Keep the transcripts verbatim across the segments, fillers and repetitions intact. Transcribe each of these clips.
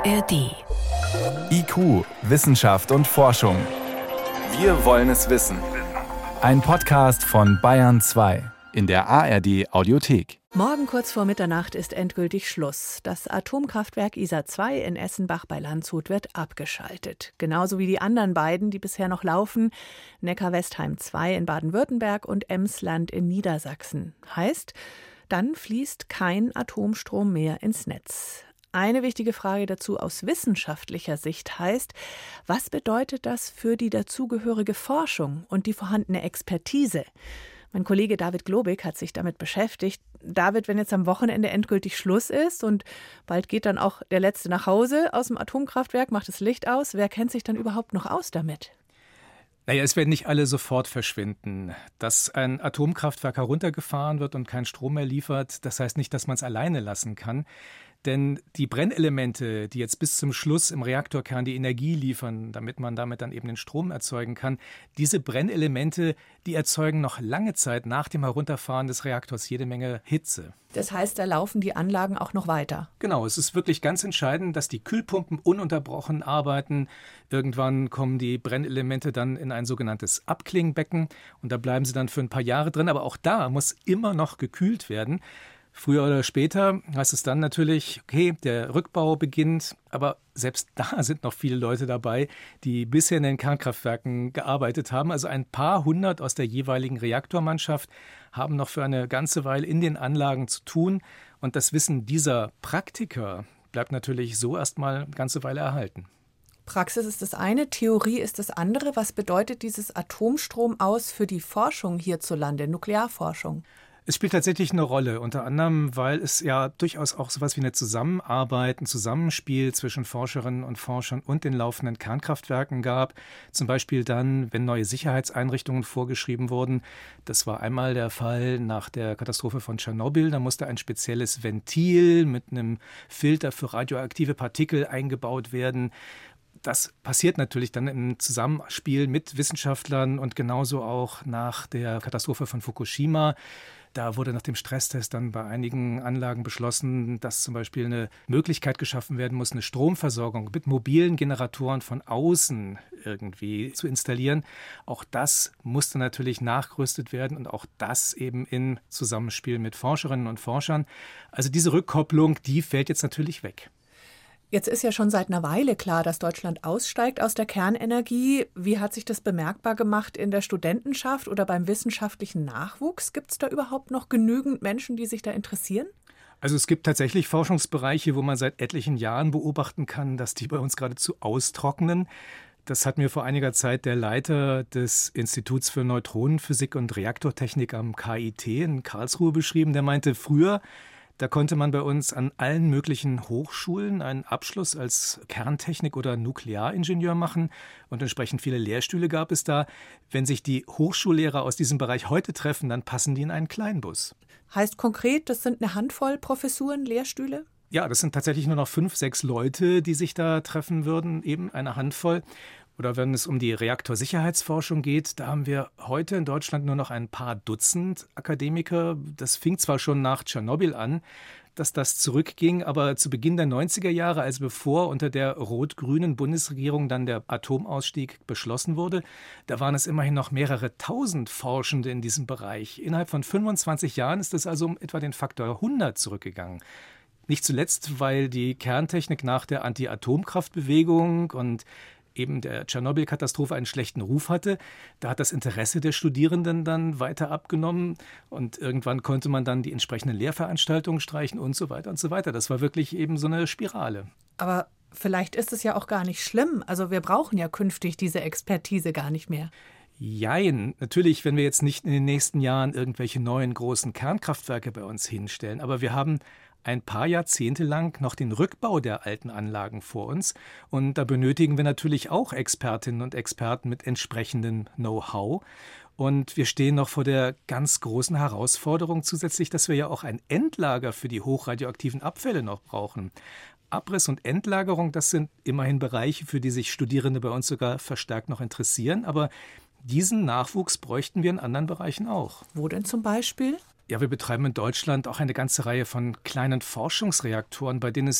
R D. I Q, Wissenschaft und Forschung. Wir wollen es wissen. Ein Podcast von Bayern zwei in der A R D Audiothek. Morgen kurz vor Mitternacht ist endgültig Schluss. Das Atomkraftwerk Isar zwei in Essenbach bei Landshut wird abgeschaltet. Genauso wie die anderen beiden, die bisher noch laufen. Neckar-Westheim zwei in Baden-Württemberg und Emsland in Niedersachsen. Heißt, dann fließt kein Atomstrom mehr ins Netz. Eine wichtige Frage dazu aus wissenschaftlicher Sicht heißt, was bedeutet das für die dazugehörige Forschung und die vorhandene Expertise? Mein Kollege David Globig hat sich damit beschäftigt. David, wenn jetzt am Wochenende endgültig Schluss ist und bald geht dann auch der Letzte nach Hause aus dem Atomkraftwerk, macht das Licht aus, wer kennt sich dann überhaupt noch aus damit? Naja, es werden nicht alle sofort verschwinden. Dass ein Atomkraftwerk heruntergefahren wird und keinen Strom mehr liefert, das heißt nicht, dass man es alleine lassen kann. Denn die Brennelemente, die jetzt bis zum Schluss im Reaktorkern die Energie liefern, damit man damit dann eben den Strom erzeugen kann, diese Brennelemente, die erzeugen noch lange Zeit nach dem Herunterfahren des Reaktors jede Menge Hitze. Das heißt, da laufen die Anlagen auch noch weiter? Genau, es ist wirklich ganz entscheidend, dass die Kühlpumpen ununterbrochen arbeiten. Irgendwann kommen die Brennelemente dann in ein sogenanntes Abklingbecken und da bleiben sie dann für ein paar Jahre drin. Aber auch da muss immer noch gekühlt werden. Früher oder später heißt es dann natürlich, okay, der Rückbau beginnt, aber selbst da sind noch viele Leute dabei, die bisher in den Kernkraftwerken gearbeitet haben. Also ein paar hundert aus der jeweiligen Reaktormannschaft haben noch für eine ganze Weile in den Anlagen zu tun. Und das Wissen dieser Praktiker bleibt natürlich so erstmal eine ganze Weile erhalten. Praxis ist das eine, Theorie ist das andere. Was bedeutet dieses Atomstrom aus für die Forschung hierzulande, Nuklearforschung? Es spielt tatsächlich eine Rolle, unter anderem, weil es ja durchaus auch sowas wie eine Zusammenarbeit, ein Zusammenspiel zwischen Forscherinnen und Forschern und den laufenden Kernkraftwerken gab. Zum Beispiel dann, wenn neue Sicherheitseinrichtungen vorgeschrieben wurden. Das war einmal der Fall nach der Katastrophe von Tschernobyl. Da musste ein spezielles Ventil mit einem Filter für radioaktive Partikel eingebaut werden. Das passiert natürlich dann im Zusammenspiel mit Wissenschaftlern und genauso auch nach der Katastrophe von Fukushima. Da wurde nach dem Stresstest dann bei einigen Anlagen beschlossen, dass zum Beispiel eine Möglichkeit geschaffen werden muss, eine Stromversorgung mit mobilen Generatoren von außen irgendwie zu installieren. Auch das musste natürlich nachgerüstet werden und auch das eben im Zusammenspiel mit Forscherinnen und Forschern. Also diese Rückkopplung, die fällt jetzt natürlich weg. Jetzt ist ja schon seit einer Weile klar, dass Deutschland aussteigt aus der Kernenergie. Wie hat sich das bemerkbar gemacht in der Studentenschaft oder beim wissenschaftlichen Nachwuchs? Gibt es da überhaupt noch genügend Menschen, die sich da interessieren? Also es gibt tatsächlich Forschungsbereiche, wo man seit etlichen Jahren beobachten kann, dass die bei uns geradezu austrocknen. Das hat mir vor einiger Zeit der Leiter des Instituts für Neutronenphysik und Reaktortechnik am K I T in Karlsruhe beschrieben. Der meinte, früher Da konnte man bei uns an allen möglichen Hochschulen einen Abschluss als Kerntechnik- oder Nuklearingenieur machen und entsprechend viele Lehrstühle gab es da. Wenn sich die Hochschullehrer aus diesem Bereich heute treffen, dann passen die in einen Kleinbus. Heißt konkret, das sind eine Handvoll Professuren, Lehrstühle? Ja, das sind tatsächlich nur noch fünf, sechs Leute, die sich da treffen würden, eben eine Handvoll. Oder wenn es um die Reaktorsicherheitsforschung geht, da haben wir heute in Deutschland nur noch ein paar Dutzend Akademiker. Das fing zwar schon nach Tschernobyl an, dass das zurückging, aber zu Beginn der neunziger Jahre, also bevor unter der rot-grünen Bundesregierung dann der Atomausstieg beschlossen wurde, da waren es immerhin noch mehrere tausend Forschende in diesem Bereich. Innerhalb von fünfundzwanzig Jahren ist es also um etwa den Faktor hundert zurückgegangen. Nicht zuletzt, weil die Kerntechnik nach der Anti-Atomkraftbewegung und eben der Tschernobyl-Katastrophe einen schlechten Ruf hatte. Da hat das Interesse der Studierenden dann weiter abgenommen und irgendwann konnte man dann die entsprechenden Lehrveranstaltungen streichen und so weiter und so weiter. Das war wirklich eben so eine Spirale. Aber vielleicht ist es ja auch gar nicht schlimm. Also wir brauchen ja künftig diese Expertise gar nicht mehr. Jein, natürlich, wenn wir jetzt nicht in den nächsten Jahren irgendwelche neuen großen Kernkraftwerke bei uns hinstellen, aber wir haben ein paar Jahrzehnte lang noch den Rückbau der alten Anlagen vor uns. Und da benötigen wir natürlich auch Expertinnen und Experten mit entsprechendem Know-how. Und wir stehen noch vor der ganz großen Herausforderung zusätzlich, dass wir ja auch ein Endlager für die hochradioaktiven Abfälle noch brauchen. Abriss und Endlagerung, das sind immerhin Bereiche, für die sich Studierende bei uns sogar verstärkt noch interessieren. Aber diesen Nachwuchs bräuchten wir in anderen Bereichen auch. Wo denn zum Beispiel? Ja, wir betreiben in Deutschland auch eine ganze Reihe von kleinen Forschungsreaktoren, bei denen es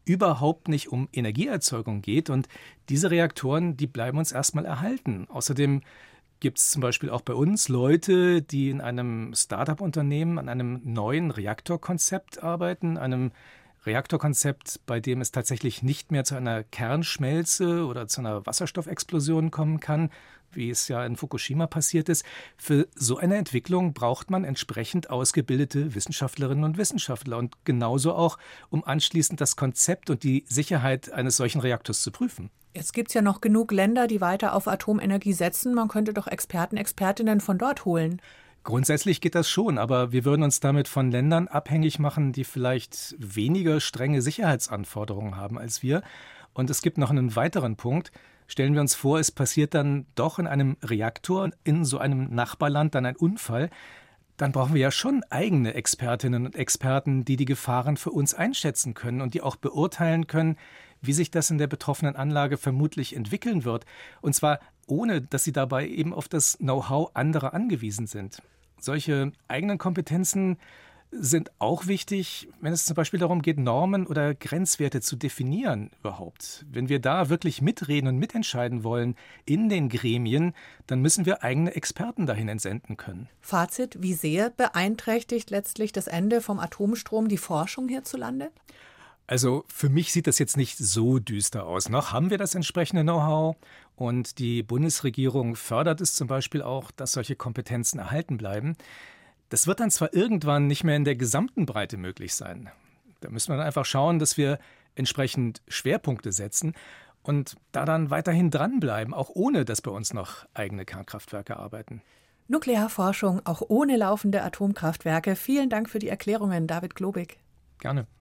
überhaupt nicht um Energieerzeugung geht. Und diese Reaktoren, die bleiben uns erstmal erhalten. Außerdem gibt es zum Beispiel auch bei uns Leute, die in einem Start-up-Unternehmen an einem neuen Reaktorkonzept arbeiten, einem Reaktorkonzept, bei dem es tatsächlich nicht mehr zu einer Kernschmelze oder zu einer Wasserstoffexplosion kommen kann, wie es ja in Fukushima passiert ist. Für so eine Entwicklung braucht man entsprechend ausgebildete Wissenschaftlerinnen und Wissenschaftler und genauso auch, um anschließend das Konzept und die Sicherheit eines solchen Reaktors zu prüfen. Jetzt gibt es ja noch genug Länder, die weiter auf Atomenergie setzen. Man könnte doch Experten, Expertinnen von dort holen. Grundsätzlich geht das schon, aber wir würden uns damit von Ländern abhängig machen, die vielleicht weniger strenge Sicherheitsanforderungen haben als wir. Und es gibt noch einen weiteren Punkt. Stellen wir uns vor, es passiert dann doch in einem Reaktor in so einem Nachbarland dann ein Unfall. Dann brauchen wir ja schon eigene Expertinnen und Experten, die die Gefahren für uns einschätzen können und die auch beurteilen können, wie sich das in der betroffenen Anlage vermutlich entwickeln wird. Und zwar ohne, dass sie dabei eben auf das Know-how anderer angewiesen sind. Solche eigenen Kompetenzen sind auch wichtig, wenn es zum Beispiel darum geht, Normen oder Grenzwerte zu definieren überhaupt. Wenn wir da wirklich mitreden und mitentscheiden wollen in den Gremien, dann müssen wir eigene Experten dahin entsenden können. Fazit: Wie sehr beeinträchtigt letztlich das Ende vom Atomstrom die Forschung hierzulande? Also für mich sieht das jetzt nicht so düster aus. Noch haben wir das entsprechende Know-how und die Bundesregierung fördert es zum Beispiel auch, dass solche Kompetenzen erhalten bleiben. Das wird dann zwar irgendwann nicht mehr in der gesamten Breite möglich sein. Da müssen wir dann einfach schauen, dass wir entsprechend Schwerpunkte setzen und da dann weiterhin dranbleiben, auch ohne, dass bei uns noch eigene Kernkraftwerke arbeiten. Nuklearforschung auch ohne laufende Atomkraftwerke. Vielen Dank für die Erklärungen, David Globig. Gerne.